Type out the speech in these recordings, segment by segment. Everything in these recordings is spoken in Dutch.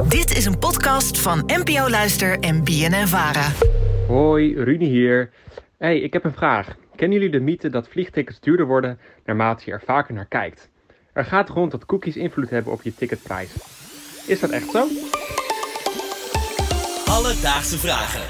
Dit is een podcast van NPO Luister en BNN-Vara. Hoi, Rudy hier. Hey, ik heb een vraag. Kennen jullie de mythe dat vliegtickets duurder worden naarmate je er vaker naar kijkt? Er gaat rond dat cookies invloed hebben op je ticketprijs. Is dat echt zo? Alledaagse vragen.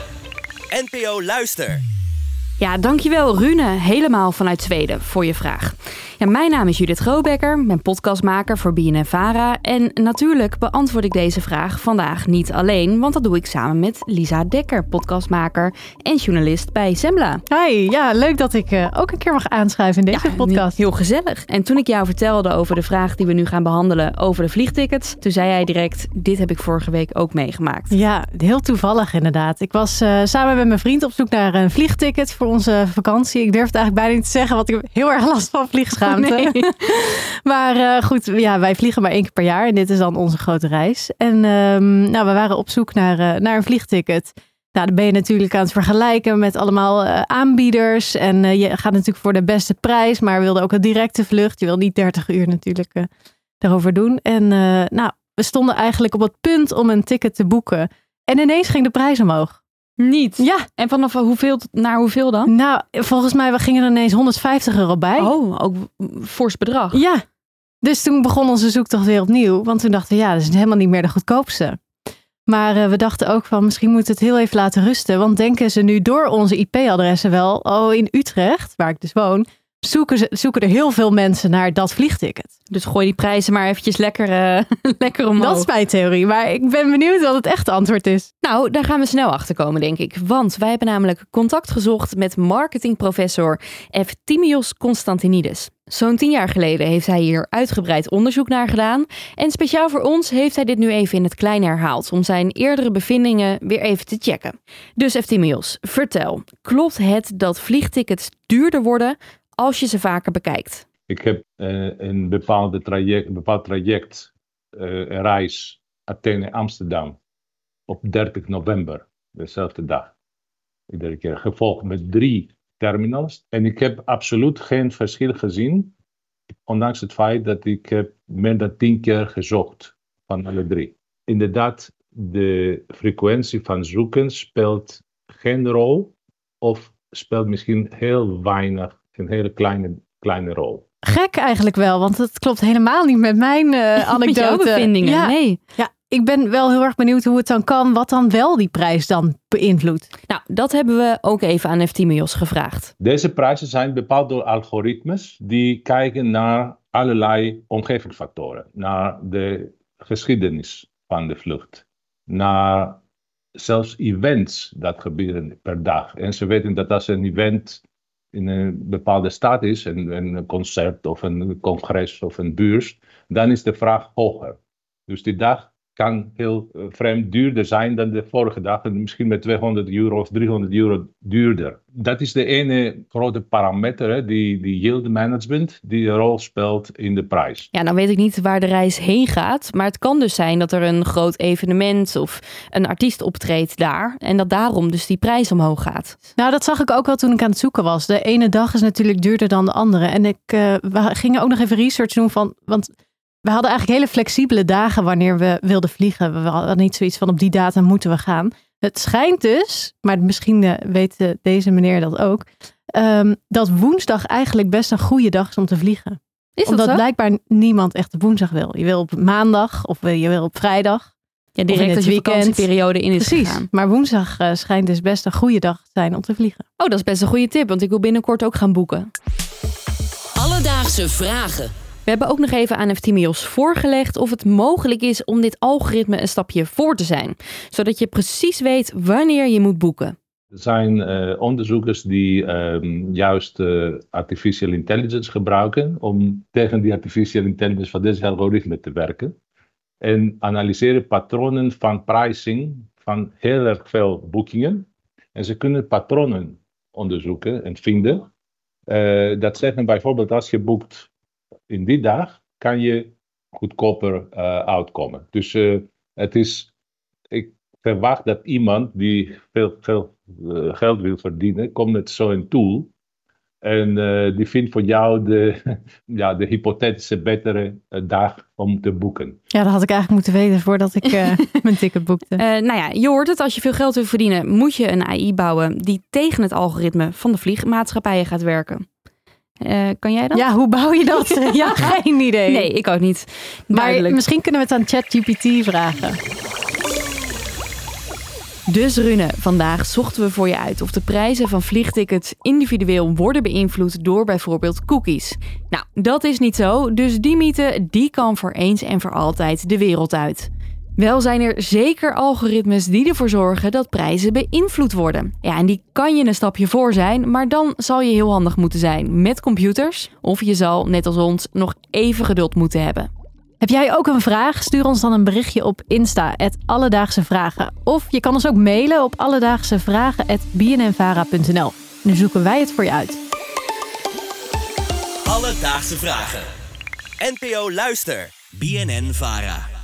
NPO Luister. Ja, dankjewel Rune, helemaal vanuit Zweden, voor je vraag. Ja, mijn naam is Judith Grobecker, ben podcastmaker voor BNN-Vara. En natuurlijk beantwoord ik deze vraag vandaag niet alleen, want dat doe ik samen met Lisa Dekker, podcastmaker en journalist bij Zembla. Hi, ja, leuk dat ik ook een keer mag aanschuiven in deze podcast. Heel gezellig. En toen ik jou vertelde over de vraag die we nu gaan behandelen over de vliegtickets, toen zei jij direct, dit heb ik vorige week ook meegemaakt. Ja, heel toevallig inderdaad. Ik was samen met mijn vriend op zoek naar een vliegticket voor onze vakantie. Ik durf het eigenlijk bijna niet te zeggen, want ik heb heel erg last van vliegschaamte. Nee. Maar goed, ja, wij vliegen maar 1 keer per jaar en dit is dan onze grote reis. En we waren op zoek naar een vliegticket. Nou, dan ben je natuurlijk aan het vergelijken met allemaal aanbieders. En je gaat natuurlijk voor de beste prijs, maar wilde ook een directe vlucht. Je wil niet 30 uur natuurlijk daarover doen. En we stonden eigenlijk op het punt om een ticket te boeken. En ineens ging de prijs omhoog. Niet? Ja. En vanaf hoeveel naar hoeveel dan? Nou, volgens mij gingen er ineens €150 bij. Oh, ook fors bedrag. Ja. Dus toen begon onze zoektocht weer opnieuw. Want toen dachten we, ja, dat is helemaal niet meer de goedkoopste. Maar we dachten ook van, misschien moeten we het heel even laten rusten. Want denken ze nu door onze IP-adressen wel, in Utrecht, waar ik dus woon, zoeken er heel veel mensen naar dat vliegticket. Dus gooi die prijzen maar eventjes lekker omhoog. Dat is mijn theorie, maar ik ben benieuwd wat het echte antwoord is. Nou, daar gaan we snel achter komen, denk ik. Want wij hebben namelijk contact gezocht met marketingprofessor Eftimios Konstantinidis. Zo'n 10 jaar geleden heeft hij hier uitgebreid onderzoek naar gedaan. En speciaal voor ons heeft hij dit nu even in het klein herhaald, om zijn eerdere bevindingen weer even te checken. Dus Eftimios, vertel, klopt het dat vliegtickets duurder worden als je ze vaker bekijkt? Ik heb een bepaald traject, reis Athene-Amsterdam op 30 november, dezelfde dag. Iedere keer gevolgd met 3 terminals. En ik heb absoluut geen verschil gezien, ondanks het feit dat ik heb meer dan 10 keer gezocht van alle 3. Inderdaad, de frequentie van zoeken speelt geen rol of speelt misschien heel weinig, een hele kleine rol. Gek eigenlijk wel, want het klopt helemaal niet met mijn anekdote. Met jouw bevindingen, ja, nee. Ja, ik ben wel heel erg benieuwd hoe het dan kan, wat dan wel die prijs dan beïnvloedt. Nou, dat hebben we ook even aan Eftimios gevraagd. Deze prijzen zijn bepaald door algoritmes die kijken naar allerlei omgevingsfactoren. Naar de geschiedenis van de vlucht. Naar zelfs events dat gebeuren per dag. En ze weten dat als een event in een bepaalde stad is, een concert of een congres of een beurs, dan is de vraag hoger. Dus die dag kan heel vreemd duurder zijn dan de vorige dag en misschien met €200 of €300 duurder. Dat is de ene grote parameter, die yield management, die een rol speelt in de prijs. Ja, nou weet ik niet waar de reis heen gaat, maar het kan dus zijn dat er een groot evenement of een artiest optreedt daar en dat daarom dus die prijs omhoog gaat. Nou, dat zag ik ook wel toen ik aan het zoeken was. De ene dag is natuurlijk duurder dan de andere. En we gingen ook nog even research doen want we hadden eigenlijk hele flexibele dagen wanneer we wilden vliegen. We hadden niet zoiets van op die datum moeten we gaan. Het schijnt dus, maar misschien weet deze meneer dat ook, dat woensdag eigenlijk best een goede dag is om te vliegen. Is dat Omdat zo? blijkbaar niemand echt op woensdag wil. Je wil op maandag of je wil op vrijdag. Ja, in direct het als je weekend. vakantieperiode in is Precies, gegaan. maar woensdag schijnt dus best een goede dag te zijn om te vliegen. Oh, dat is best een goede tip, want ik wil binnenkort ook gaan boeken. Alledaagse vragen. We hebben ook nog even aan Eftimios voorgelegd of het mogelijk is om dit algoritme een stapje voor te zijn. Zodat je precies weet wanneer je moet boeken. Er zijn onderzoekers die juist artificial intelligence gebruiken om tegen die artificial intelligence van deze algoritme te werken. En analyseren patronen van pricing van heel erg veel boekingen. En ze kunnen patronen onderzoeken en vinden. Dat zeggen bijvoorbeeld als je boekt in die dag, kan je goedkoper uitkomen. Dus ik verwacht dat iemand die veel geld wil verdienen, komt met zo'n tool En die vindt voor jou de hypothetische betere dag om te boeken. Ja, dat had ik eigenlijk moeten weten voordat ik mijn ticket boekte. Je hoort het. Als je veel geld wil verdienen, moet je een AI bouwen die tegen het algoritme van de vliegmaatschappijen gaat werken. Kan jij dat? Ja, hoe bouw je dat? Ja, geen idee. Nee, ik ook niet. Duidelijk. Maar misschien kunnen we het aan ChatGPT vragen. Dus Rune, vandaag zochten we voor je uit of de prijzen van vliegtickets individueel worden beïnvloed door bijvoorbeeld cookies. Nou, dat is niet zo, dus die mythe die kan voor eens en voor altijd de wereld uit. Wel zijn er zeker algoritmes die ervoor zorgen dat prijzen beïnvloed worden. Ja, en die kan je een stapje voor zijn, maar dan zal je heel handig moeten zijn met computers. Of je zal, net als ons, nog even geduld moeten hebben. Heb jij ook een vraag? Stuur ons dan een berichtje op Insta, @Alledaagse Vragen. Of je kan ons ook mailen op alledaagsevragen@bnnvara.nl. Nu zoeken wij het voor je uit. Alledaagse Vragen. NPO Luister. BNN Vara.